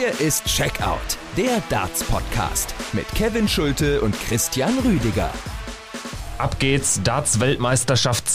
Hier ist Checkout, der Darts-Podcast mit Kevin Schulte und Christian Rüdiger. Ab geht's, Darts-Weltmeisterschaft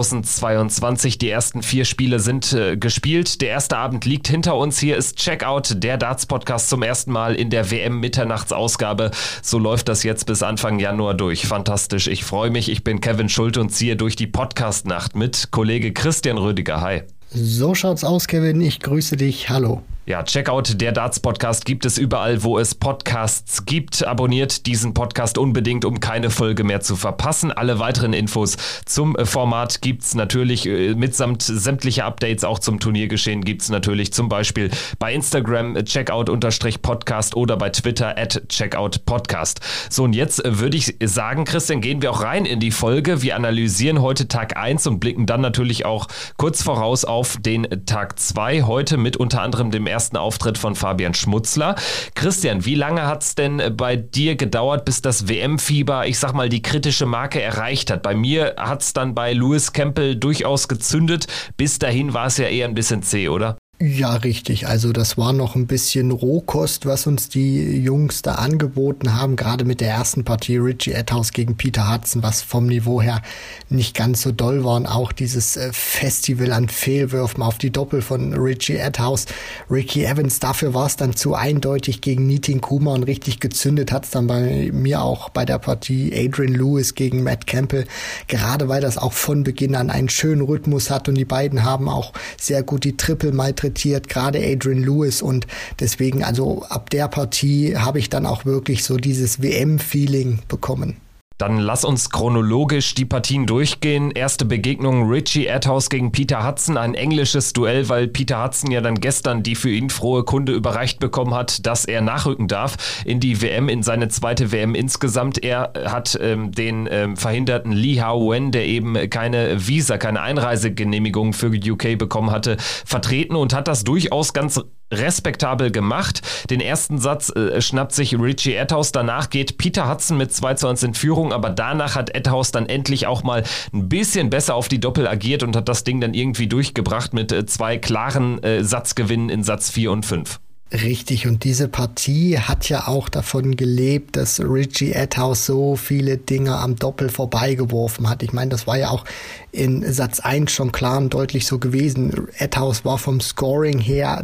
2022. Die ersten 4 Spiele sind gespielt. Der erste Abend liegt hinter uns. Hier ist Checkout, der Darts-Podcast zum ersten Mal in der WM-Mitternachtsausgabe. So läuft das jetzt bis Anfang Januar durch. Fantastisch, ich freue mich. Ich bin Kevin Schulte und ziehe durch die Podcast-Nacht mit Kollege Christian Rüdiger. Hi. So schaut's aus, Kevin. Ich grüße dich. Hallo. Ja, Checkout, der Darts-Podcast gibt es überall, wo es Podcasts gibt. Abonniert diesen Podcast unbedingt, um keine Folge mehr zu verpassen. Alle weiteren Infos zum Format gibt's natürlich mitsamt sämtlicher Updates, auch zum Turniergeschehen gibt's natürlich zum Beispiel bei Instagram Checkout_Podcast oder bei Twitter @CheckoutPodcast. So, und jetzt würde ich sagen, Christian, gehen wir auch rein in die Folge. Wir analysieren heute Tag 1 und blicken dann natürlich auch kurz voraus auf den Tag 2. Heute mit unter anderem dem ersten Auftritt von Fabian Schmutzler. Christian, wie lange hat es denn bei dir gedauert, bis das WM-Fieber, ich sag mal, die kritische Marke erreicht hat? Bei mir hat es dann bei Lewis Campbell durchaus gezündet. Bis dahin war es ja eher ein bisschen zäh, oder? Ja, richtig. Also das war noch ein bisschen Rohkost, was uns die Jungs da angeboten haben, gerade mit der ersten Partie Richie Etthaus gegen Peter Hudson, was vom Niveau her nicht ganz so doll war. Und auch dieses Festival an Fehlwürfen auf die Doppel von Richie Etthaus, Ricky Evans, dafür war es dann zu eindeutig gegen Nitin Kumar und richtig gezündet hat es dann bei mir auch bei der Partie Adrian Lewis gegen Matt Campbell, gerade weil das auch von Beginn an einen schönen Rhythmus hat und die beiden haben auch sehr gut die Triple malträtiert, gerade Adrian Lewis, und deswegen, also ab der Partie habe ich dann auch wirklich so dieses WM-Feeling bekommen. Dann lass uns chronologisch die Partien durchgehen. Erste Begegnung Richie Etthaus gegen Peter Hudson, ein englisches Duell, weil Peter Hudson ja dann gestern die für ihn frohe Kunde überreicht bekommen hat, dass er nachrücken darf in die WM, in seine zweite WM insgesamt. Er hat den verhinderten Lee Hao-Wen, der eben keine Einreisegenehmigung für UK bekommen hatte, vertreten und hat das durchaus ganz respektabel gemacht. Den ersten Satz schnappt sich Richie Etthaus, danach geht Peter Hudson mit 2:1 in Führung, aber danach hat Etthaus dann endlich auch mal ein bisschen besser auf die Doppel agiert und hat das Ding dann irgendwie durchgebracht mit 2 klaren Satzgewinnen in Satz 4 und 5. Richtig, und diese Partie hat ja auch davon gelebt, dass Richie Etthaus so viele Dinge am Doppel vorbeigeworfen hat. Ich meine, das war ja auch in Satz 1 schon klar und deutlich so gewesen. Etthaus war vom Scoring her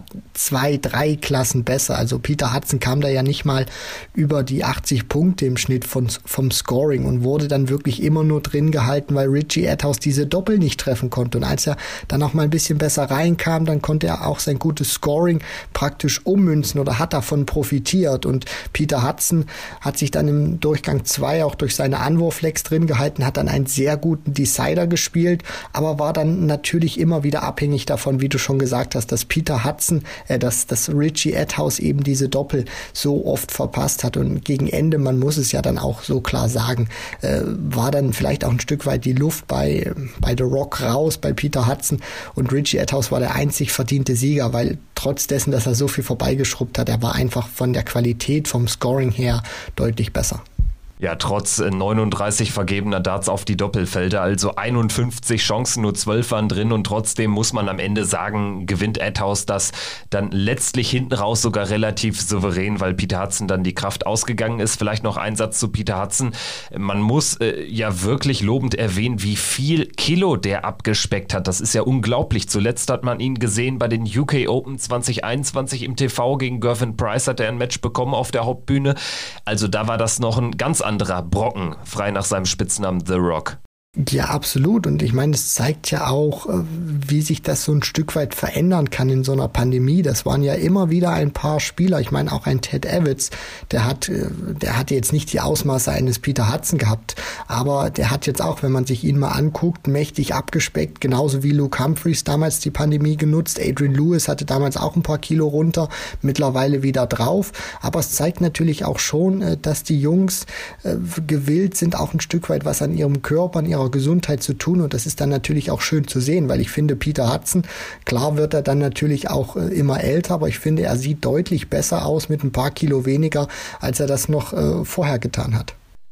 2-3 Klassen besser. Also Peter Hudson kam da ja nicht mal über die 80 Punkte im Schnitt vom Scoring und wurde dann wirklich immer nur drin gehalten, weil Richie Etthaus diese Doppel nicht treffen konnte. Und als er dann auch mal ein bisschen besser reinkam, dann konnte er auch sein gutes Scoring praktisch ummünzen oder hat davon profitiert. Und Peter Hudson hat sich dann im Durchgang 2 auch durch seine Anwurflegs drin gehalten, hat dann einen sehr guten Decider gespielt, aber war dann natürlich immer wieder abhängig davon, wie du schon gesagt hast, dass Peter Hudson, dass Richie Etthaus eben diese Doppel so oft verpasst hat. Und gegen Ende, man muss es ja dann auch so klar sagen, war dann vielleicht auch ein Stück weit die Luft bei The Rock raus, bei Peter Hudson, und Richie Etthaus war der einzig verdiente Sieger, weil trotz dessen, dass er so viel vorbeigeschrubbt hat, er war einfach von der Qualität, vom Scoring her deutlich besser. Ja, trotz 39 vergebener Darts auf die Doppelfelder, also 51 Chancen, nur 12 waren drin, und trotzdem muss man am Ende sagen, gewinnt Etthaus das dann letztlich hinten raus sogar relativ souverän, weil Peter Hudson dann die Kraft ausgegangen ist. Vielleicht noch ein Satz zu Peter Hudson. Man muss ja wirklich lobend erwähnen, wie viel Kilo der abgespeckt hat. Das ist ja unglaublich. Zuletzt hat man ihn gesehen bei den UK Open 2021 im TV gegen Gervin Price, hat er ein Match bekommen auf der Hauptbühne. Also da war das noch ein ganz anderer Brocken, frei nach seinem Spitznamen The Rock. Ja, absolut. Und ich meine, es zeigt ja auch, wie sich das so ein Stück weit verändern kann in so einer Pandemie. Das waren ja immer wieder ein paar Spieler. Ich meine, auch ein Ted Evans, der hatte jetzt nicht die Ausmaße eines Peter Hudson gehabt, aber der hat jetzt auch, wenn man sich ihn mal anguckt, mächtig abgespeckt, genauso wie Luke Humphries damals die Pandemie genutzt. Adrian Lewis hatte damals auch ein paar Kilo runter, mittlerweile wieder drauf. Aber es zeigt natürlich auch schon, dass die Jungs gewillt sind, auch ein Stück weit was an ihrem Körper, an ihrer Gesundheit zu tun, und das ist dann natürlich auch schön zu sehen, weil ich finde, Peter Hudson, klar wird er dann natürlich auch immer älter, aber ich finde, er sieht deutlich besser aus mit ein paar Kilo weniger, als er das noch vorher getan hat.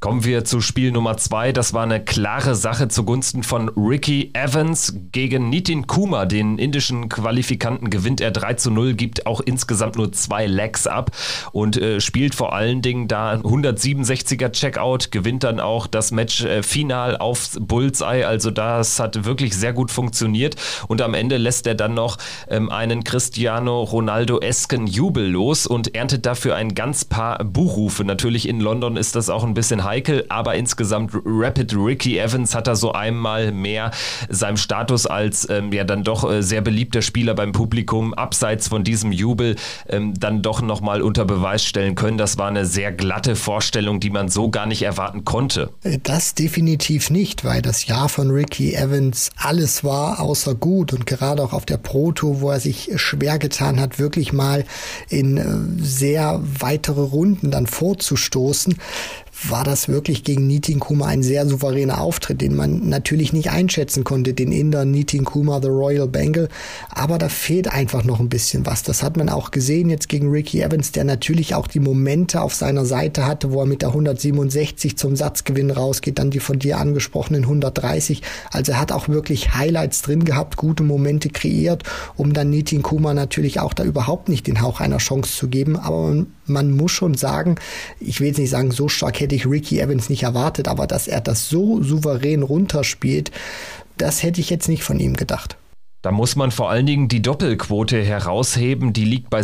Kommen wir zu Spiel Nummer 2. Das war eine klare Sache zugunsten von Ricky Evans gegen Nitin Kumar, den indischen Qualifikanten. Gewinnt er 3-0, gibt auch insgesamt nur 2 Legs ab und spielt vor allen Dingen da 167er Checkout, gewinnt dann auch das Match final aufs Bullseye. Also das hat wirklich sehr gut funktioniert und am Ende lässt er dann noch einen Cristiano Ronaldo-esken Jubel los und erntet dafür ein ganz paar Buchrufe. Natürlich in London ist das auch ein bisschen heikel, aber insgesamt Rapid Ricky Evans hat er so einmal mehr seinem Status als dann doch sehr beliebter Spieler beim Publikum abseits von diesem Jubel dann doch nochmal unter Beweis stellen können. Das war eine sehr glatte Vorstellung, die man so gar nicht erwarten konnte. Das definitiv nicht, weil das Jahr von Ricky Evans alles war außer gut und gerade auch auf der Pro Tour, wo er sich schwer getan hat, wirklich mal in sehr weitere Runden dann vorzustoßen, war das wirklich gegen Nitin Kumar ein sehr souveräner Auftritt, den man natürlich nicht einschätzen konnte, den Inder Nitin Kumar, the Royal Bengal, aber da fehlt einfach noch ein bisschen was. Das hat man auch gesehen jetzt gegen Ricky Evans, der natürlich auch die Momente auf seiner Seite hatte, wo er mit der 167 zum Satzgewinn rausgeht, dann die von dir angesprochenen 130. Also er hat auch wirklich Highlights drin gehabt, gute Momente kreiert, um dann Nitin Kumar natürlich auch da überhaupt nicht den Hauch einer Chance zu geben, aber man muss schon sagen, ich will jetzt nicht sagen, so stark hätte ich Ricky Evans nicht erwartet, aber dass er das so souverän runterspielt, das hätte ich jetzt nicht von ihm gedacht. Da muss man vor allen Dingen die Doppelquote herausheben, die liegt bei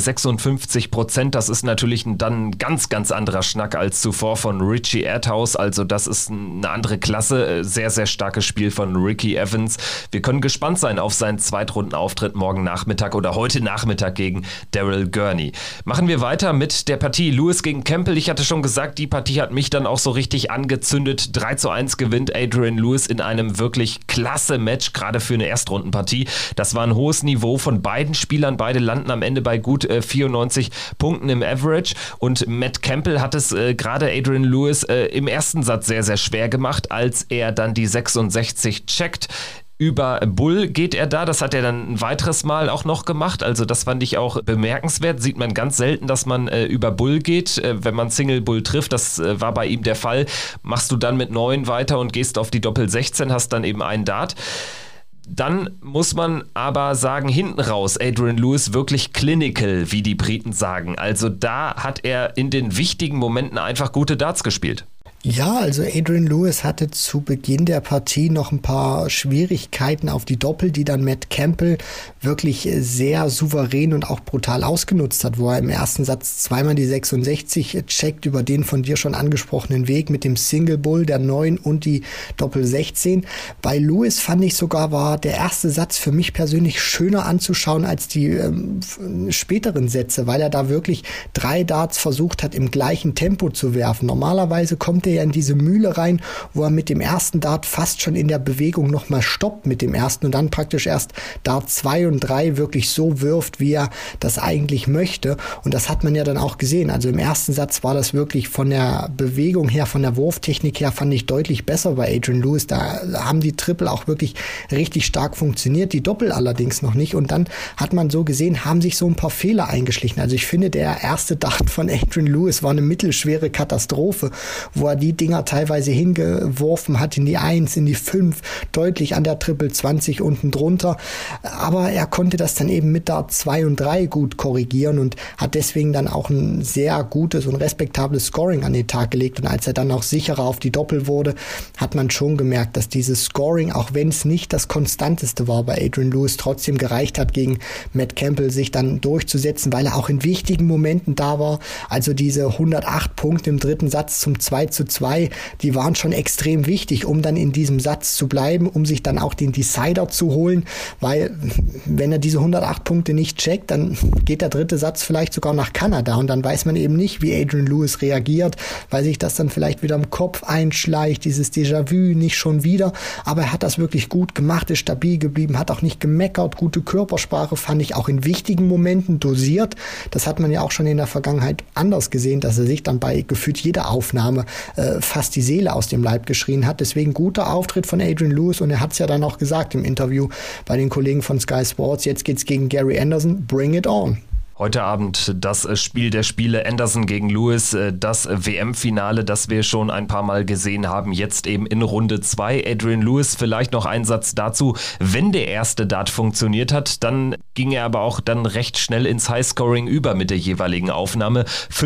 56%. Das ist natürlich dann ein ganz, ganz anderer Schnack als zuvor von Richie Adhouse. Also das ist eine andere Klasse. Sehr, sehr starkes Spiel von Ricky Evans. Wir können gespannt sein auf seinen Zweitrundenauftritt morgen Nachmittag oder heute Nachmittag gegen Daryl Gurney. Machen wir weiter mit der Partie Lewis gegen Campbell. Ich hatte schon gesagt, die Partie hat mich dann auch so richtig angezündet. 3-1 gewinnt Adrian Lewis in einem wirklich klasse Match, gerade für eine Erstrundenpartie. Das war ein hohes Niveau von beiden Spielern. Beide landen am Ende bei gut 94 Punkten im Average. Und Matt Campbell hat es gerade Adrian Lewis im ersten Satz sehr, sehr schwer gemacht, als er dann die 66 checkt. Über Bull geht er da, das hat er dann ein weiteres Mal auch noch gemacht, also das fand ich auch bemerkenswert, sieht man ganz selten, dass man über Bull geht, wenn man Single Bull trifft, das war bei ihm der Fall, machst du dann mit 9 weiter und gehst auf die Doppel 16, hast dann eben einen Dart. Dann muss man aber sagen, hinten raus, Adrian Lewis wirklich clinical, wie die Briten sagen. Also da hat er in den wichtigen Momenten einfach gute Darts gespielt. Ja, also Adrian Lewis hatte zu Beginn der Partie noch ein paar Schwierigkeiten auf die Doppel, die dann Matt Campbell wirklich sehr souverän und auch brutal ausgenutzt hat, wo er im ersten Satz zweimal die 66 checkt über den von dir schon angesprochenen Weg mit dem Single Bull, der 9 und die Doppel 16. Bei Lewis fand ich sogar, war der erste Satz für mich persönlich schöner anzuschauen als die späteren Sätze, weil er da wirklich 3 Darts versucht hat, im gleichen Tempo zu werfen. Normalerweise kommt er ja in diese Mühle rein, wo er mit dem ersten Dart fast schon in der Bewegung nochmal stoppt mit dem ersten und dann praktisch erst Dart 2 und 3 wirklich so wirft, wie er das eigentlich möchte. Und das hat man ja dann auch gesehen. Also im ersten Satz war das wirklich von der Bewegung her, von der Wurftechnik her, fand ich deutlich besser bei Adrian Lewis. Da haben die Triple auch wirklich richtig stark funktioniert, die Doppel allerdings noch nicht. Und dann hat man so gesehen, haben sich so ein paar Fehler eingeschlichen. Also ich finde, der erste Dart von Adrian Lewis war eine mittelschwere Katastrophe, wo er die Dinger teilweise hingeworfen hat in die 1, in die 5, deutlich an der Triple 20 unten drunter. Aber er konnte das dann eben mit Dart 2 und 3 gut korrigieren und hat deswegen dann auch ein sehr gutes und respektables Scoring an den Tag gelegt. Und als er dann auch sicherer auf die Doppel wurde, hat man schon gemerkt, dass dieses Scoring, auch wenn es nicht das konstanteste war bei Adrian Lewis, trotzdem gereicht hat, gegen Matt Campbell sich dann durchzusetzen, weil er auch in wichtigen Momenten da war. Also diese 108 Punkte im dritten Satz zum 2:2, die waren schon extrem wichtig, um dann in diesem Satz zu bleiben, um sich dann auch den Decider zu holen, weil wenn er diese 108 Punkte nicht checkt, dann geht der dritte Satz vielleicht sogar nach Kanada und dann weiß man eben nicht, wie Adrian Lewis reagiert, weil sich das dann vielleicht wieder im Kopf einschleicht, dieses Déjà-vu, nicht schon wieder, aber er hat das wirklich gut gemacht, ist stabil geblieben, hat auch nicht gemeckert, gute Körpersprache fand ich auch in wichtigen Momenten dosiert, das hat man ja auch schon in der Vergangenheit anders gesehen, dass er sich dann bei gefühlt jeder Aufnahme fast die Seele aus dem Leib geschrien hat. Deswegen guter Auftritt von Adrian Lewis und er hat es ja dann auch gesagt im Interview bei den Kollegen von Sky Sports, jetzt geht's gegen Gary Anderson, bring it on. Heute Abend das Spiel der Spiele, Anderson gegen Lewis, das WM-Finale, das wir schon ein paar Mal gesehen haben, jetzt eben in Runde 2. Adrian Lewis, vielleicht noch ein Satz dazu, wenn der erste Dart funktioniert hat, dann ging er aber auch dann recht schnell ins Highscoring über mit der jeweiligen Aufnahme.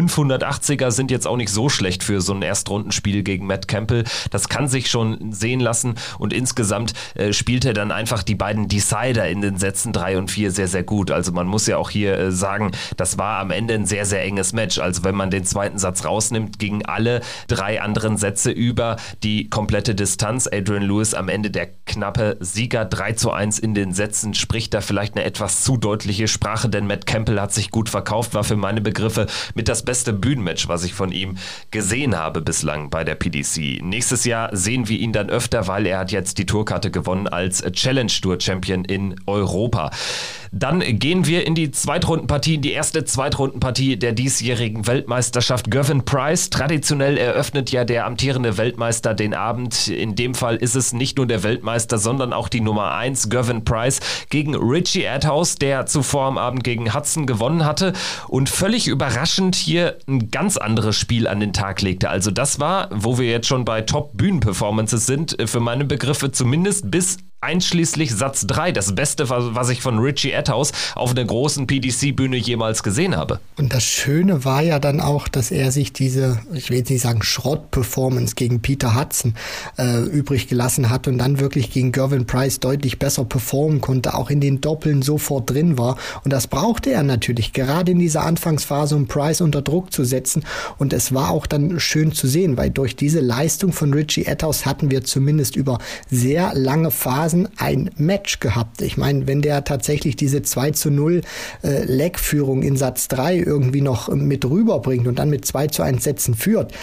580er sind jetzt auch nicht so schlecht für so ein Erstrundenspiel gegen Matt Campbell. Das kann sich schon sehen lassen und insgesamt spielt er dann einfach die beiden Decider in den Sätzen 3 und 4 sehr, sehr gut. Also man muss ja auch hier sagen, das war am Ende ein sehr, sehr enges Match. Also wenn man den zweiten Satz rausnimmt, gingen alle 3 anderen Sätze über die komplette Distanz. Adrian Lewis am Ende der knappe Sieger, 3:1 in den Sätzen, spricht da vielleicht eine etwas zu deutliche Sprache, denn Matt Campbell hat sich gut verkauft, war für meine Begriffe mit das beste Bühnenmatch, was ich von ihm gesehen habe bislang bei der PDC. Nächstes Jahr sehen wir ihn dann öfter, weil er hat jetzt die Tourkarte gewonnen als Challenge Tour Champion in Europa. Dann gehen wir in die Zweitrundenpartie, in die erste Zweitrundenpartie der diesjährigen Weltmeisterschaft. Gervin Price, traditionell eröffnet ja der amtierende Weltmeister den Abend. In dem Fall ist es nicht nur der Weltmeister, sondern auch die Nummer 1, Gervin Price, gegen Richie Adhouse, der zuvor am Abend gegen Hudson gewonnen hatte und völlig überraschend hier ein ganz anderes Spiel an den Tag legte. Also das war, wo wir jetzt schon bei Top-Bühnen-Performances sind, für meine Begriffe zumindest bis einschließlich Satz 3, das Beste, was ich von Richie Adhouse auf einer großen PDC-Bühne jemals gesehen habe. Und das Schöne war ja dann auch, dass er sich diese, ich will jetzt nicht sagen Schrott-Performance gegen Peter Hudson übrig gelassen hat und dann wirklich gegen Gervin Price deutlich besser performen konnte, auch in den Doppeln sofort drin war. Und das brauchte er natürlich, gerade in dieser Anfangsphase, um Price unter Druck zu setzen. Und es war auch dann schön zu sehen, weil durch diese Leistung von Richie Adhouse hatten wir zumindest über sehr lange Phasen ein Match gehabt. Ich meine, wenn der tatsächlich diese 2:0 Leckführung in Satz 3 irgendwie noch mit rüberbringt und dann mit 2:1 Sätzen führt,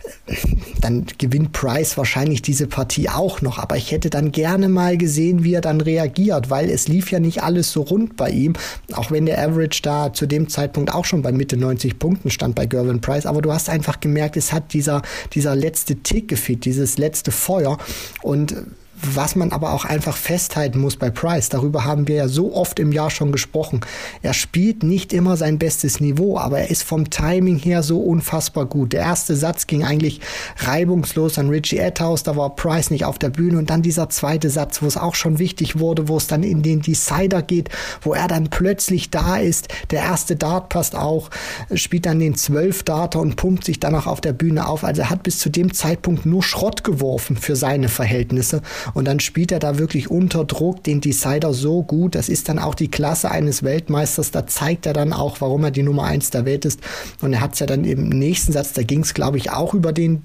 dann gewinnt Price wahrscheinlich diese Partie auch noch. Aber ich hätte dann gerne mal gesehen, wie er dann reagiert, weil es lief ja nicht alles so rund bei ihm, auch wenn der Average da zu dem Zeitpunkt auch schon bei Mitte 90 Punkten stand bei Gervin Price. Aber du hast einfach gemerkt, es hat dieser letzte Tick gefehlt, dieses letzte Feuer. Und was man aber auch einfach festhalten muss bei Price, darüber haben wir ja so oft im Jahr schon gesprochen, er spielt nicht immer sein bestes Niveau, aber er ist vom Timing her so unfassbar gut. Der erste Satz ging eigentlich reibungslos an Richie Adhouse, da war Price nicht auf der Bühne und dann dieser zweite Satz, wo es auch schon wichtig wurde, wo es dann in den Decider geht, wo er dann plötzlich da ist, der erste Dart passt auch, spielt dann den 12 Darter und pumpt sich dann auch auf der Bühne auf, also er hat bis zu dem Zeitpunkt nur Schrott geworfen für seine Verhältnisse. Und dann spielt er da wirklich unter Druck den Decider so gut. Das ist dann auch die Klasse eines Weltmeisters. Da zeigt er dann auch, warum er die Nummer 1 der Welt ist. Und er hat es ja dann im nächsten Satz, da ging es, glaube ich, auch über den,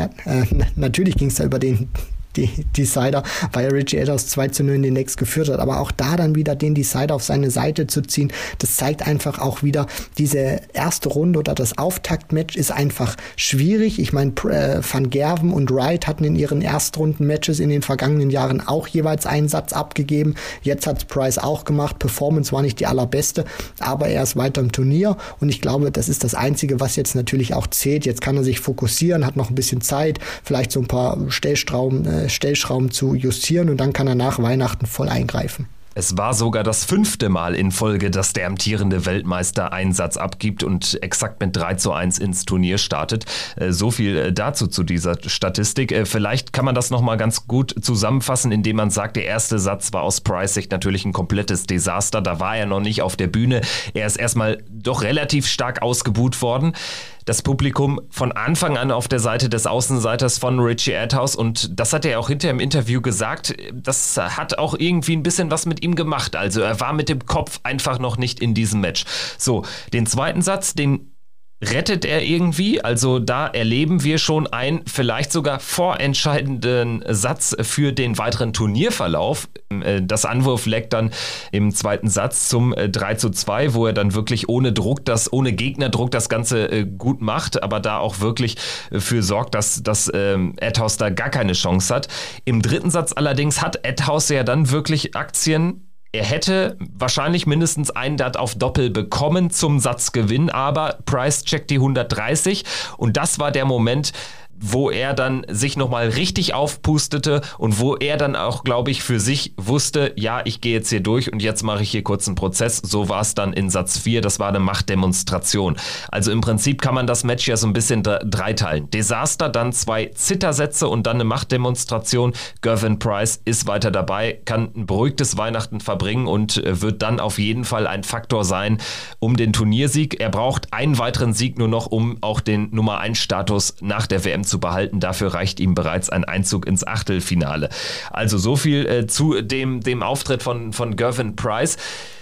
natürlich ging es da über den Decider, weil Richie Adhouse 2:0 in den Next geführt hat, aber auch da dann wieder den Decider auf seine Seite zu ziehen, das zeigt einfach auch wieder, diese erste Runde oder das Auftaktmatch ist einfach schwierig. Ich meine, Van Gerven und Wright hatten in ihren Erstrunden-Matches in den vergangenen Jahren auch jeweils einen Satz abgegeben. Jetzt hat Price auch gemacht. Performance war nicht die allerbeste, aber er ist weiter im Turnier und ich glaube, das ist das Einzige, was jetzt natürlich auch zählt. Jetzt kann er sich fokussieren, hat noch ein bisschen Zeit, vielleicht so ein paar Stellschrauben zu justieren und dann kann er nach Weihnachten voll eingreifen. Es war sogar das 5. Mal in Folge, dass der amtierende Weltmeister einen Satz abgibt und exakt mit 3:1 ins Turnier startet. So viel dazu zu dieser Statistik. Vielleicht kann man das nochmal ganz gut zusammenfassen, indem man sagt, der erste Satz war aus Price Sicht natürlich ein komplettes Desaster. Da war er noch nicht auf der Bühne. Er ist erstmal doch relativ stark ausgebuht worden. Das Publikum von Anfang an auf der Seite des Außenseiters von Richie Adhouse und das hat er auch hinterher im Interview gesagt, das hat auch irgendwie ein bisschen was mit ihm gemacht. Also er war mit dem Kopf einfach noch nicht in diesem Match. So, den zweiten Satz, den rettet er irgendwie, also da erleben wir schon einen vielleicht sogar vorentscheidenden Satz für den weiteren Turnierverlauf. Das Anwurfleck dann im zweiten Satz zum 3:2, wo er dann wirklich ohne Gegnerdruck das Ganze gut macht, aber da auch wirklich für sorgt, dass Adhouse da gar keine Chance hat. Im dritten Satz allerdings hat Adhouse ja dann wirklich Aktien. Er hätte wahrscheinlich mindestens einen Dart auf Doppel bekommen zum Satzgewinn, aber Price checkt die 130 und das war der Moment, wo er dann sich nochmal richtig aufpustete und wo er dann auch, glaube ich, für sich wusste, ja, ich gehe jetzt hier durch und jetzt mache ich hier kurz einen Prozess. So war es dann in Satz 4, das war eine Machtdemonstration. Also im Prinzip kann man das Match ja so ein bisschen dreiteilen. Desaster, dann 2 Zittersätze und dann eine Machtdemonstration. Gervin Price ist weiter dabei, kann ein beruhigtes Weihnachten verbringen und wird dann auf jeden Fall ein Faktor sein um den Turniersieg. Er braucht einen weiteren Sieg nur noch, um auch den Nummer 1 Status nach der WM zu behalten. Dafür reicht ihm bereits ein Einzug ins Achtelfinale. Also so viel zu dem Auftritt von Gervin Price.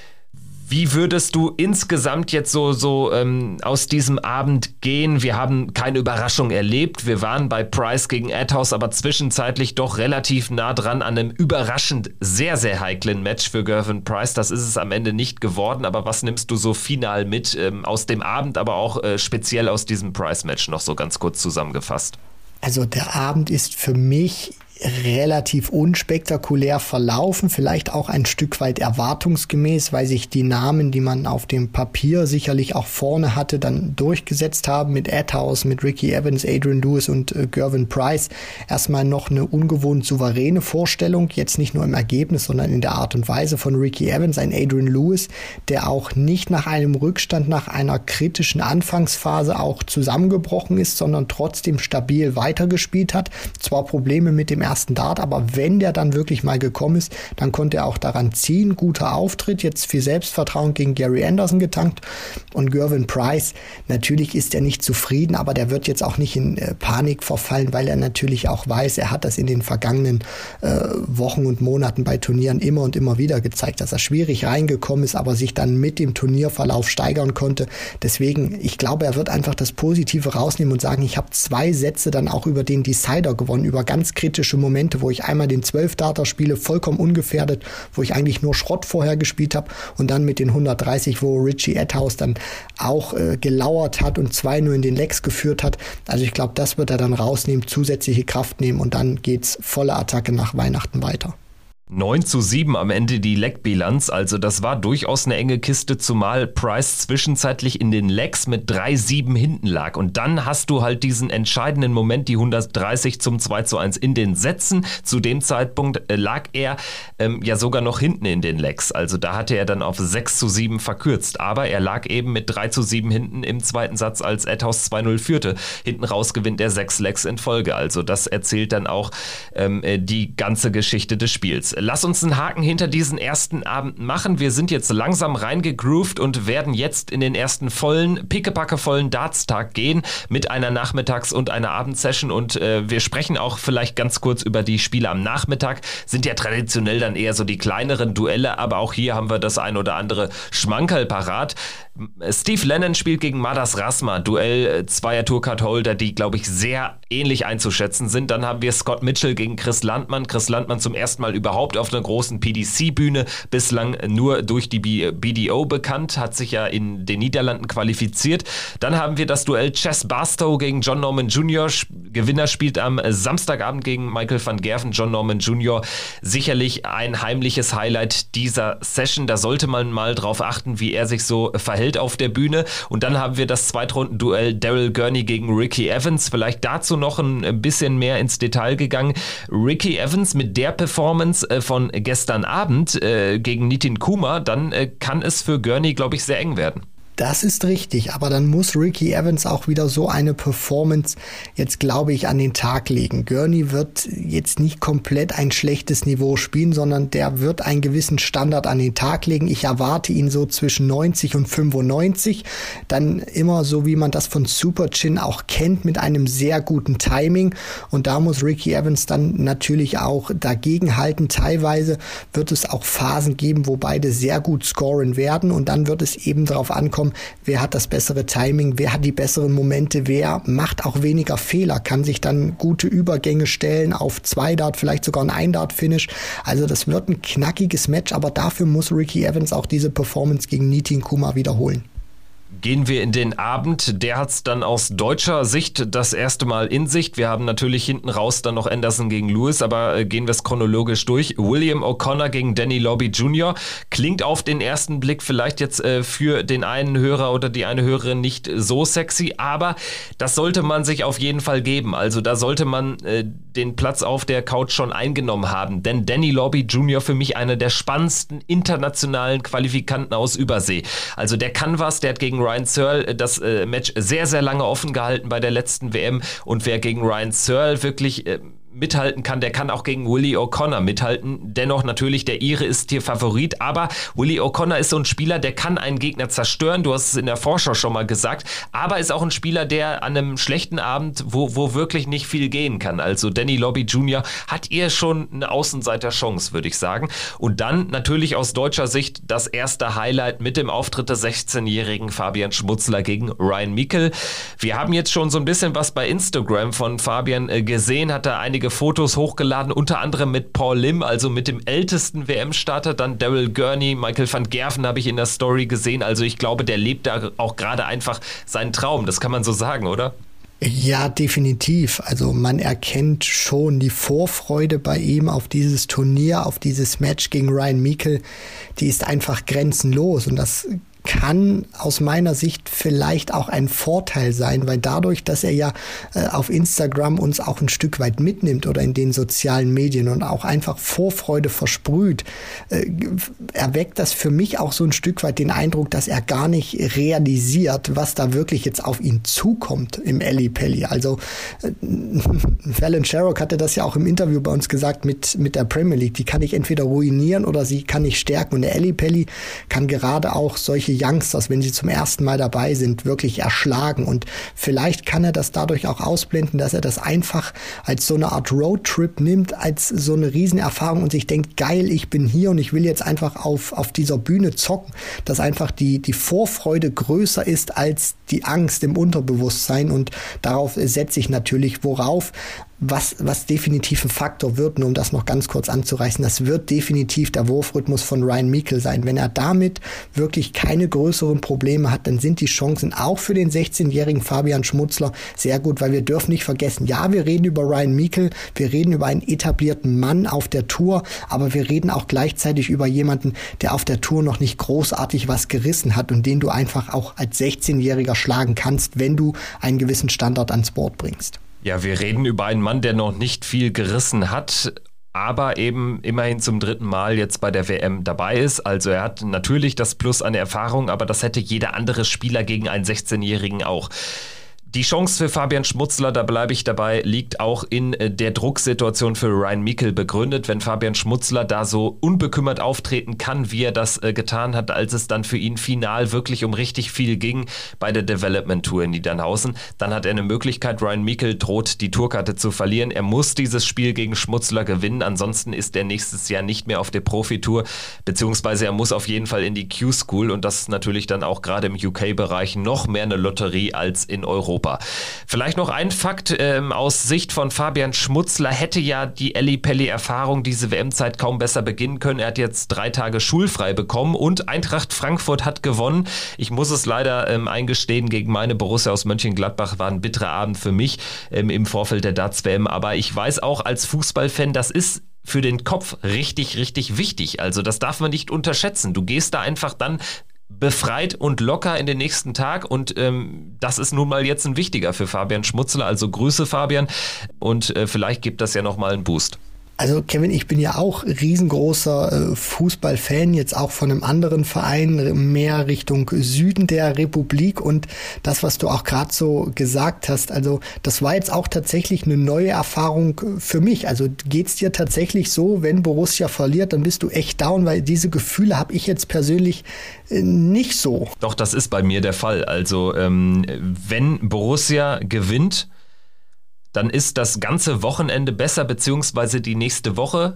Wie würdest du insgesamt jetzt so aus diesem Abend gehen? Wir haben keine Überraschung erlebt. Wir waren bei Price gegen Adhouse, aber zwischenzeitlich doch relativ nah dran an einem überraschend sehr, sehr heiklen Match für Gervin Price. Das ist es am Ende nicht geworden, aber was nimmst du so final mit aus dem Abend, aber auch speziell aus diesem Price-Match noch so ganz kurz zusammengefasst? Also der Abend ist für mich relativ unspektakulär verlaufen, vielleicht auch ein Stück weit erwartungsgemäß, weil sich die Namen, die man auf dem Papier sicherlich auch vorne hatte, dann durchgesetzt haben mit Adhouse, mit Ricky Evans, Adrian Lewis und Gervin Price. Erstmal noch eine ungewohnt souveräne Vorstellung, jetzt nicht nur im Ergebnis, sondern in der Art und Weise von Ricky Evans, ein Adrian Lewis, der auch nicht nach einem Rückstand, nach einer kritischen Anfangsphase auch zusammengebrochen ist, sondern trotzdem stabil weitergespielt hat. Zwar Probleme mit dem ersten Dart, aber wenn der dann wirklich mal gekommen ist, dann konnte er auch daran ziehen. Guter Auftritt, jetzt viel Selbstvertrauen gegen Gary Anderson getankt und Gervin Price, natürlich ist er nicht zufrieden, aber der wird jetzt auch nicht in Panik verfallen, weil er natürlich auch weiß, er hat das in den vergangenen Wochen und Monaten bei Turnieren immer und immer wieder gezeigt, dass er schwierig reingekommen ist, aber sich dann mit dem Turnierverlauf steigern konnte. Deswegen, ich glaube, er wird einfach das Positive rausnehmen und sagen, ich habe 2 Sätze dann auch über den Decider gewonnen, über ganz kritische Momente, wo ich einmal den 12-Darter spiele, vollkommen ungefährdet, wo ich eigentlich nur Schrott vorher gespielt habe und dann mit den 130, wo Richie Adhouse dann auch gelauert hat und 2-0 in den Legs geführt hat. Also ich glaube, das wird er dann rausnehmen, zusätzliche Kraft nehmen und dann geht's volle Attacke nach Weihnachten weiter. 9:7 am Ende die Leg-Bilanz, also das war durchaus eine enge Kiste, zumal Price zwischenzeitlich in den Legs mit 3-7 hinten lag. Und dann hast du halt diesen entscheidenden Moment, die 130 zum 2:1 in den Sätzen. Zu dem Zeitpunkt lag er ja sogar noch hinten in den Legs. Also da hatte er dann auf 6:7 verkürzt. Aber er lag eben mit 3:7 hinten im zweiten Satz, als Adhouse 2-0 führte. Hinten raus gewinnt er 6 Legs in Folge. Also das erzählt dann auch die ganze Geschichte des Spiels. Lass uns einen Haken hinter diesen ersten Abend machen. Wir sind jetzt langsam reingegroovt und werden jetzt in den ersten vollen, pickepackevollen Dartstag gehen mit einer Nachmittags- und einer Abendsession. Und wir sprechen auch vielleicht ganz kurz über die Spiele am Nachmittag. Sind ja traditionell dann eher so die kleineren Duelle, aber auch hier haben wir das ein oder andere Schmankerl parat. Steve Lennon spielt gegen Madars Rasma, Duell zweier Tourcard-Holder, die, glaube ich, sehr ähnlich einzuschätzen sind. Dann haben wir Scott Mitchell gegen Chris Landmann. Chris Landmann zum ersten Mal überhaupt auf einer großen PDC-Bühne, bislang nur durch die BDO bekannt, hat sich ja in den Niederlanden qualifiziert. Dann haben wir das Duell Chess Barstow gegen John Norman Jr. Gewinner spielt am Samstagabend gegen Michael van Gerven. John Norman Jr. sicherlich ein heimliches Highlight dieser Session. Da sollte man mal drauf achten, wie er sich so verhält auf der Bühne. Und dann haben wir das Zweitrunden-Duell Daryl Gurney gegen Ricky Evans. Vielleicht dazu noch ein bisschen mehr ins Detail gegangen. Ricky Evans mit der Performance von gestern Abend gegen Nitin Kumar, dann kann es für Gurney, glaube ich, sehr eng werden. Das ist richtig, aber dann muss Ricky Evans auch wieder so eine Performance jetzt, glaube ich, an den Tag legen. Gurney wird jetzt nicht komplett ein schlechtes Niveau spielen, sondern der wird einen gewissen Standard an den Tag legen. Ich erwarte ihn so zwischen 90 und 95. Dann immer so, wie man das von Super Chin auch kennt, mit einem sehr guten Timing. Und da muss Ricky Evans dann natürlich auch dagegenhalten. Teilweise wird es auch Phasen geben, wo beide sehr gut scoren werden. Und dann wird es eben darauf ankommen, wer hat das bessere Timing, wer hat die besseren Momente, wer macht auch weniger Fehler, kann sich dann gute Übergänge stellen auf 2-Dart, vielleicht sogar ein 1-Dart-Finish. Also das wird ein knackiges Match, aber dafür muss Ricky Evans auch diese Performance gegen Nitin Kumar wiederholen. Gehen wir in den Abend. Der hat es dann aus deutscher Sicht das erste Mal in Sicht. Wir haben natürlich hinten raus dann noch Anderson gegen Lewis, aber gehen wir es chronologisch durch. William O'Connor gegen Danny Lobby Jr. Klingt auf den ersten Blick vielleicht jetzt für den einen Hörer oder die eine Hörerin nicht so sexy, aber das sollte man sich auf jeden Fall geben. Also da sollte man den Platz auf der Couch schon eingenommen haben, denn Danny Lobby Jr. für mich einer der spannendsten internationalen Qualifikanten aus Übersee. Also der kann was, der hat gegen Ryan Searle das Match sehr, sehr lange offen gehalten bei der letzten WM und wer gegen Ryan Searle wirklich mithalten kann, der kann auch gegen Willie O'Connor mithalten. Dennoch natürlich, der Ire ist hier Favorit, aber Willie O'Connor ist so ein Spieler, der kann einen Gegner zerstören, du hast es in der Vorschau schon mal gesagt, aber ist auch ein Spieler, der an einem schlechten Abend, wo wirklich nicht viel gehen kann. Also Danny Lobby Jr. hat hier schon eine Außenseiter-Chance, würde ich sagen. Und dann natürlich aus deutscher Sicht das erste Highlight mit dem Auftritt des 16-jährigen Fabian Schmutzler gegen Ryan Meikle. Wir haben jetzt schon so ein bisschen was bei Instagram von Fabian gesehen, hat er einige Fotos hochgeladen, unter anderem mit Paul Lim, also mit dem ältesten WM-Starter, dann Daryl Gurney, Michael van Gerven habe ich in der Story gesehen, also ich glaube, der lebt da auch gerade einfach seinen Traum, das kann man so sagen, oder? Ja, definitiv. Also man erkennt schon die Vorfreude bei ihm auf dieses Turnier, auf dieses Match gegen Ryan Meikle, die ist einfach grenzenlos und das kann aus meiner Sicht vielleicht auch ein Vorteil sein, weil dadurch, dass er ja auf Instagram uns auch ein Stück weit mitnimmt oder in den sozialen Medien und auch einfach Vorfreude versprüht, erweckt das für mich auch so ein Stück weit den Eindruck, dass er gar nicht realisiert, was da wirklich jetzt auf ihn zukommt im Ellipelli. Also Fallon Sherrock hatte das ja auch im Interview bei uns gesagt mit der Premier League, die kann ich entweder ruinieren oder sie kann ich stärken und der Ellipelli kann gerade auch solche Youngsters, wenn sie zum ersten Mal dabei sind, wirklich erschlagen und vielleicht kann er das dadurch auch ausblenden, dass er das einfach als so eine Art Roadtrip nimmt, als so eine Riesenerfahrung und sich denkt, geil, ich bin hier und ich will jetzt einfach auf dieser Bühne zocken, dass einfach die Vorfreude größer ist als die Angst im Unterbewusstsein und darauf setze ich natürlich, worauf was definitiv ein Faktor wird, nur um das noch ganz kurz anzureißen, das wird definitiv der Wurfrhythmus von Ryan Meikle sein. Wenn er damit wirklich keine größeren Probleme hat, dann sind die Chancen auch für den 16-jährigen Fabian Schmutzler sehr gut, weil wir dürfen nicht vergessen, ja, wir reden über Ryan Meikle, wir reden über einen etablierten Mann auf der Tour, aber wir reden auch gleichzeitig über jemanden, der auf der Tour noch nicht großartig was gerissen hat und den du einfach auch als 16-Jähriger schlagen kannst, wenn du einen gewissen Standard ans Board bringst. Ja, wir reden über einen Mann, der noch nicht viel gerissen hat, aber eben immerhin zum 3. Mal jetzt bei der WM dabei ist. Also er hat natürlich das Plus an Erfahrung, aber das hätte jeder andere Spieler gegen einen 16-Jährigen auch. Die Chance für Fabian Schmutzler, da bleibe ich dabei, liegt auch in der Drucksituation für Ryan Meikle begründet. Wenn Fabian Schmutzler da so unbekümmert auftreten kann, wie er das getan hat, als es dann für ihn final wirklich um richtig viel ging bei der Development Tour in Niedernhausen, dann hat er eine Möglichkeit. Ryan Meikle droht, die Tourkarte zu verlieren. Er muss dieses Spiel gegen Schmutzler gewinnen, ansonsten ist er nächstes Jahr nicht mehr auf der Profitour, beziehungsweise er muss auf jeden Fall in die Q-School und das ist natürlich dann auch gerade im UK-Bereich noch mehr eine Lotterie als in Europa. Vielleicht noch ein Fakt aus Sicht von Fabian Schmutzler hätte ja die Ellipelli-Erfahrung diese WM-Zeit kaum besser beginnen können. Er hat jetzt 3 Tage schulfrei bekommen und Eintracht Frankfurt hat gewonnen. Ich muss es leider eingestehen, gegen meine Borussia aus Mönchengladbach war ein bitterer Abend für mich im Vorfeld der Darts-WM, aber ich weiß auch als Fußballfan, das ist für den Kopf richtig, richtig wichtig. Also das darf man nicht unterschätzen. Du gehst da einfach dann befreit und locker in den nächsten Tag und das ist nun mal jetzt ein wichtiger für Fabian Schmutzler, also Grüße Fabian und vielleicht gibt das ja nochmal einen Boost. Also Kevin, ich bin ja auch riesengroßer Fußballfan, jetzt auch von einem anderen Verein, mehr Richtung Süden der Republik und das, was du auch gerade so gesagt hast, also das war jetzt auch tatsächlich eine neue Erfahrung für mich. Also geht's dir tatsächlich so, wenn Borussia verliert, dann bist du echt down, weil diese Gefühle habe ich jetzt persönlich nicht so. Doch, das ist bei mir der Fall. Also wenn Borussia gewinnt, dann ist das ganze Wochenende besser, beziehungsweise die nächste Woche.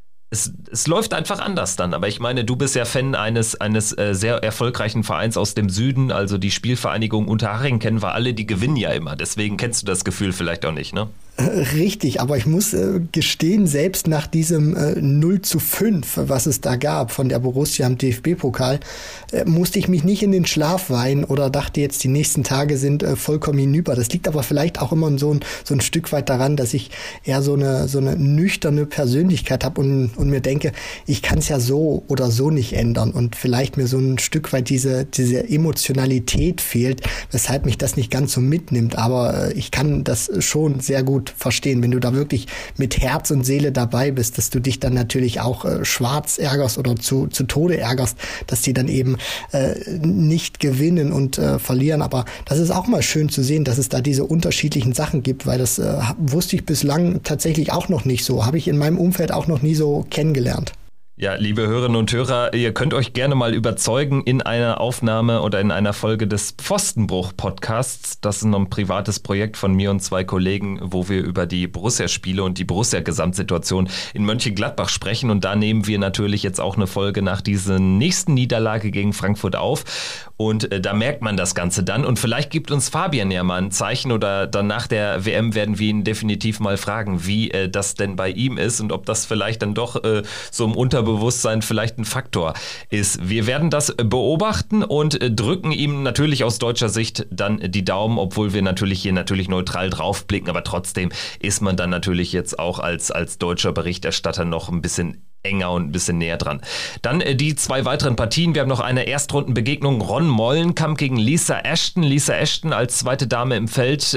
Es läuft einfach anders dann. Aber ich meine, du bist ja Fan eines sehr erfolgreichen Vereins aus dem Süden. Also die Spielvereinigung Unterhaching kennen wir alle, die gewinnen ja immer. Deswegen kennst du das Gefühl vielleicht auch nicht, ne? Richtig, aber ich muss gestehen, selbst nach diesem 0:5, was es da gab von der Borussia im DFB-Pokal, musste ich mich nicht in den Schlaf weinen oder dachte jetzt, die nächsten Tage sind vollkommen hinüber. Das liegt aber vielleicht auch immer so ein Stück weit daran, dass ich eher so eine nüchterne Persönlichkeit habe und mir denke, ich kann es ja so oder so nicht ändern und vielleicht mir so ein Stück weit diese Emotionalität fehlt, weshalb mich das nicht ganz so mitnimmt. Aber ich kann das schon sehr gut verstehen, wenn du da wirklich mit Herz und Seele dabei bist, dass du dich dann natürlich auch schwarz ärgerst oder zu Tode ärgerst, dass die dann eben nicht gewinnen und verlieren. Aber das ist auch mal schön zu sehen, dass es da diese unterschiedlichen Sachen gibt, weil das wusste ich bislang tatsächlich auch noch nicht so. Habe ich in meinem Umfeld auch noch nie so kennengelernt. Ja, liebe Hörerinnen und Hörer, ihr könnt euch gerne mal überzeugen in einer Aufnahme oder in einer Folge des Pfostenbruch-Podcasts. Das ist noch ein privates Projekt von mir und 2 Kollegen, wo wir über die Borussia-Spiele und die Borussia-Gesamtsituation in Mönchengladbach sprechen. Und da nehmen wir natürlich jetzt auch eine Folge nach dieser nächsten Niederlage gegen Frankfurt auf. Und da merkt man das Ganze dann. Und vielleicht gibt uns Fabian ja mal ein Zeichen oder dann nach der WM werden wir ihn definitiv mal fragen, wie das denn bei ihm ist und ob das vielleicht dann doch so im Unterbewusstsein vielleicht ein Faktor ist. Wir werden das beobachten und drücken ihm natürlich aus deutscher Sicht dann die Daumen, obwohl wir natürlich hier neutral draufblicken, aber trotzdem ist man dann natürlich jetzt auch als deutscher Berichterstatter noch ein bisschen enger und ein bisschen näher dran. Dann die 2 weiteren Partien. Wir haben noch eine Erstrundenbegegnung. Ron Mollenkamp gegen Lisa Ashton. Lisa Ashton als zweite Dame im Feld.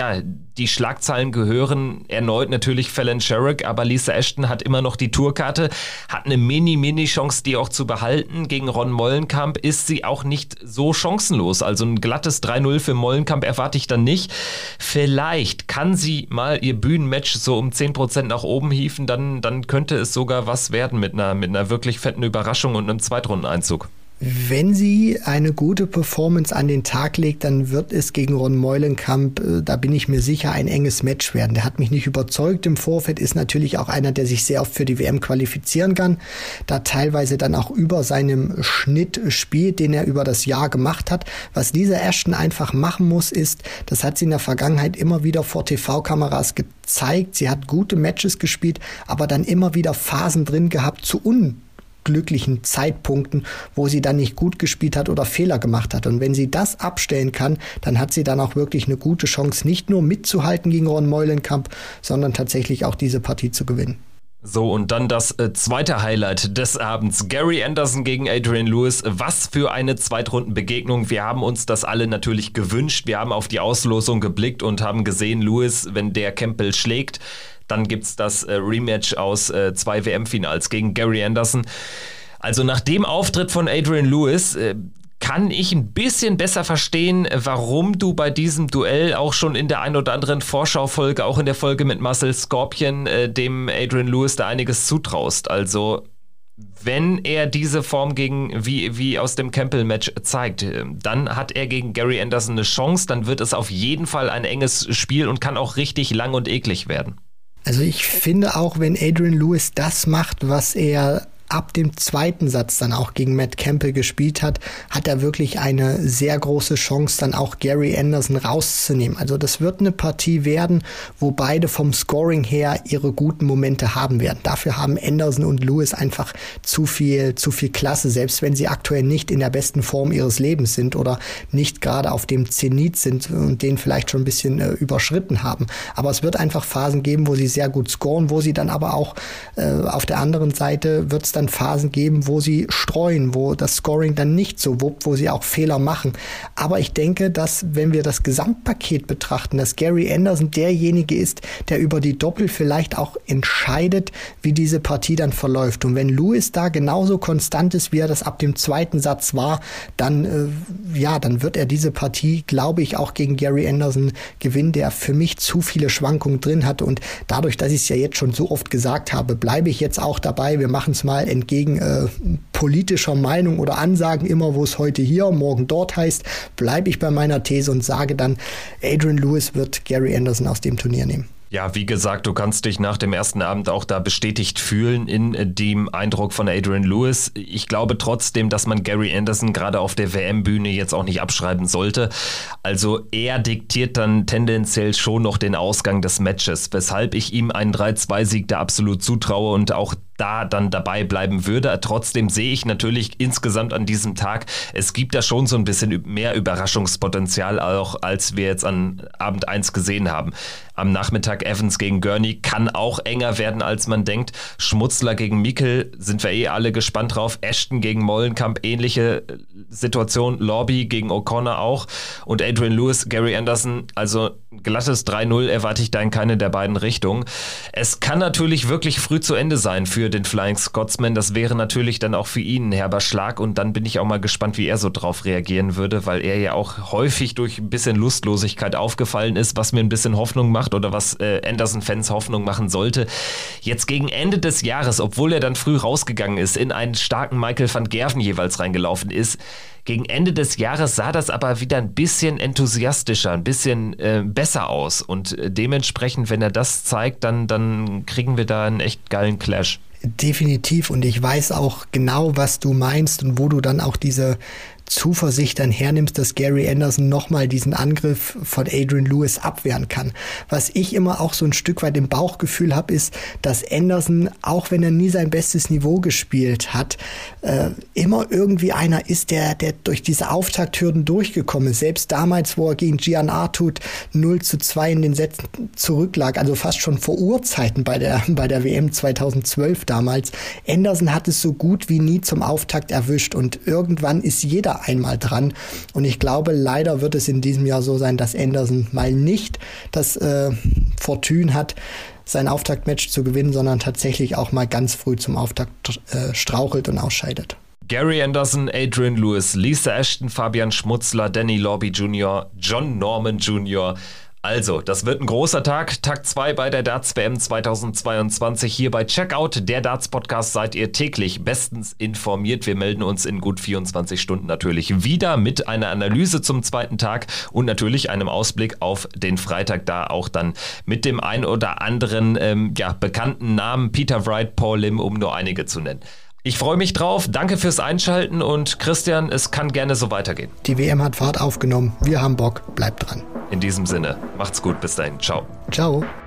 Die Schlagzeilen gehören erneut natürlich Fallon Sherrock, aber Lisa Ashton hat immer noch die Tourkarte, hat eine Mini-Chance, die auch zu behalten. Gegen Ron Mollenkamp ist sie auch nicht so chancenlos. Also ein glattes 3-0 für Mollenkamp erwarte ich dann nicht. Vielleicht kann sie mal ihr Bühnenmatch so um 10% nach oben hieven, dann könnte es sogar was werden mit einer wirklich fetten Überraschung und einem Zweitrundeneinzug. Wenn sie eine gute Performance an den Tag legt, dann wird es gegen Ron Mollenkamp, da bin ich mir sicher, ein enges Match werden. Der hat mich nicht überzeugt im Vorfeld, ist natürlich auch einer, der sich sehr oft für die WM qualifizieren kann, da teilweise dann auch über seinem Schnitt spielt, den er über das Jahr gemacht hat. Was Lisa Ashton einfach machen muss, ist, das hat sie in der Vergangenheit immer wieder vor TV-Kameras gezeigt, sie hat gute Matches gespielt, aber dann immer wieder Phasen drin gehabt zu glücklichen Zeitpunkten, wo sie dann nicht gut gespielt hat oder Fehler gemacht hat. Und wenn sie das abstellen kann, dann hat sie dann auch wirklich eine gute Chance, nicht nur mitzuhalten gegen Ron Mollenkamp, sondern tatsächlich auch diese Partie zu gewinnen. So, und dann das zweite Highlight des Abends. Gary Anderson gegen Adrian Lewis. Was für eine Zweitrundenbegegnung. Wir haben uns das alle natürlich gewünscht. Wir haben auf die Auslosung geblickt und haben gesehen, Lewis, wenn der Campbell schlägt, dann gibt's das Rematch aus 2 WM-Finals gegen Gary Anderson. Also nach dem Auftritt von Adrian Lewis kann ich ein bisschen besser verstehen, warum du bei diesem Duell auch schon in der ein oder anderen Vorschaufolge, auch in der Folge mit Marcel Scorpion, dem Adrian Lewis da einiges zutraust. Also wenn er diese Form wie aus dem Campbell-Match zeigt, dann hat er gegen Gary Anderson eine Chance, dann wird es auf jeden Fall ein enges Spiel und kann auch richtig lang und eklig werden. Also ich finde auch, wenn Adrian Lewis das macht, was er ab dem zweiten Satz dann auch gegen Matt Campbell gespielt hat, hat er wirklich eine sehr große Chance, dann auch Gary Anderson rauszunehmen. Also das wird eine Partie werden, wo beide vom Scoring her ihre guten Momente haben werden. Dafür haben Anderson und Lewis einfach zu viel Klasse, selbst wenn sie aktuell nicht in der besten Form ihres Lebens sind oder nicht gerade auf dem Zenit sind und den vielleicht schon ein bisschen überschritten haben. Aber es wird einfach Phasen geben, wo sie sehr gut scoren, wo sie dann aber auch auf der anderen Seite wird es dann Phasen geben, wo sie streuen, wo das Scoring dann nicht so wuppt, wo sie auch Fehler machen. Aber ich denke, dass, wenn wir das Gesamtpaket betrachten, dass Gary Anderson derjenige ist, der über die Doppel vielleicht auch entscheidet, wie diese Partie dann verläuft. Und wenn Lewis da genauso konstant ist, wie er das ab dem zweiten Satz war, dann wird er diese Partie, glaube ich, auch gegen Gary Anderson gewinnen, der für mich zu viele Schwankungen drin hatte. Und dadurch, dass ich es ja jetzt schon so oft gesagt habe, bleibe ich jetzt auch dabei. Wir machen es mal entgegen politischer Meinung oder Ansagen immer, wo es heute hier, morgen dort heißt, bleibe ich bei meiner These und sage dann, Adrian Lewis wird Gary Anderson aus dem Turnier nehmen. Ja, wie gesagt, du kannst dich nach dem ersten Abend auch da bestätigt fühlen in dem Eindruck von Adrian Lewis. Ich glaube trotzdem, dass man Gary Anderson gerade auf der WM-Bühne jetzt auch nicht abschreiben sollte. Also er diktiert dann tendenziell schon noch den Ausgang des Matches, weshalb ich ihm einen 3-2-Sieg da absolut zutraue und auch da dann dabei bleiben würde. Trotzdem sehe ich natürlich insgesamt an diesem Tag, es gibt da schon so ein bisschen mehr Überraschungspotenzial, auch als wir jetzt an Abend 1 gesehen haben. Am Nachmittag Evans gegen Gurney kann auch enger werden, als man denkt. Schmutzler gegen Mikl sind wir alle gespannt drauf. Ashton gegen Mollenkamp, ähnliche Situation. Lorby gegen O'Connor auch. Und Adrian Lewis, Gary Anderson, also glattes 3-0 erwarte ich da in keine der beiden Richtungen. Es kann natürlich wirklich früh zu Ende sein für den Flying Scotsman. Das wäre natürlich dann auch für ihn ein herber Schlag und dann bin ich auch mal gespannt, wie er so drauf reagieren würde, weil er ja auch häufig durch ein bisschen Lustlosigkeit aufgefallen ist, was mir ein bisschen Hoffnung macht oder was Anderson-Fans Hoffnung machen sollte. Jetzt gegen Ende des Jahres, obwohl er dann früh rausgegangen ist, in einen starken Michael van Gerven jeweils reingelaufen ist, gegen Ende des Jahres sah das aber wieder ein bisschen enthusiastischer, ein bisschen besser aus und dementsprechend, wenn er das zeigt, dann kriegen wir da einen echt geilen Clash. Definitiv, und ich weiß auch genau, was du meinst und wo du dann auch diese Zuversicht dann hernimmst, dass Gary Anderson nochmal diesen Angriff von Adrian Lewis abwehren kann. Was ich immer auch so ein Stück weit im Bauchgefühl habe, ist, dass Anderson, auch wenn er nie sein bestes Niveau gespielt hat, immer irgendwie einer ist, der durch diese Auftakthürden durchgekommen ist. Selbst damals, wo er gegen Gian Artut 0-2 in den Sätzen zurücklag, also fast schon vor Urzeiten bei der WM 2012 damals. Anderson hat es so gut wie nie zum Auftakt erwischt und irgendwann ist jeder einmal dran. Und ich glaube, leider wird es in diesem Jahr so sein, dass Anderson mal nicht das Fortune hat, sein Auftaktmatch zu gewinnen, sondern tatsächlich auch mal ganz früh zum Auftakt strauchelt und ausscheidet. Gary Anderson, Adrian Lewis, Lisa Ashton, Fabian Schmutzler, Danny Lorby Jr., John Norman Jr., Also, das wird ein großer Tag, Tag 2 bei der Darts-WM 2022. Hier bei Checkout, der Darts-Podcast, seid ihr täglich bestens informiert. Wir melden uns in gut 24 Stunden natürlich wieder mit einer Analyse zum zweiten Tag und natürlich einem Ausblick auf den Freitag, da auch dann mit dem ein oder anderen bekannten Namen, Peter Wright, Paul Lim, um nur einige zu nennen. Ich freue mich drauf, danke fürs Einschalten und Christian, es kann gerne so weitergehen. Die WM hat Fahrt aufgenommen, wir haben Bock, bleibt dran. In diesem Sinne, macht's gut, bis dahin, ciao. Ciao.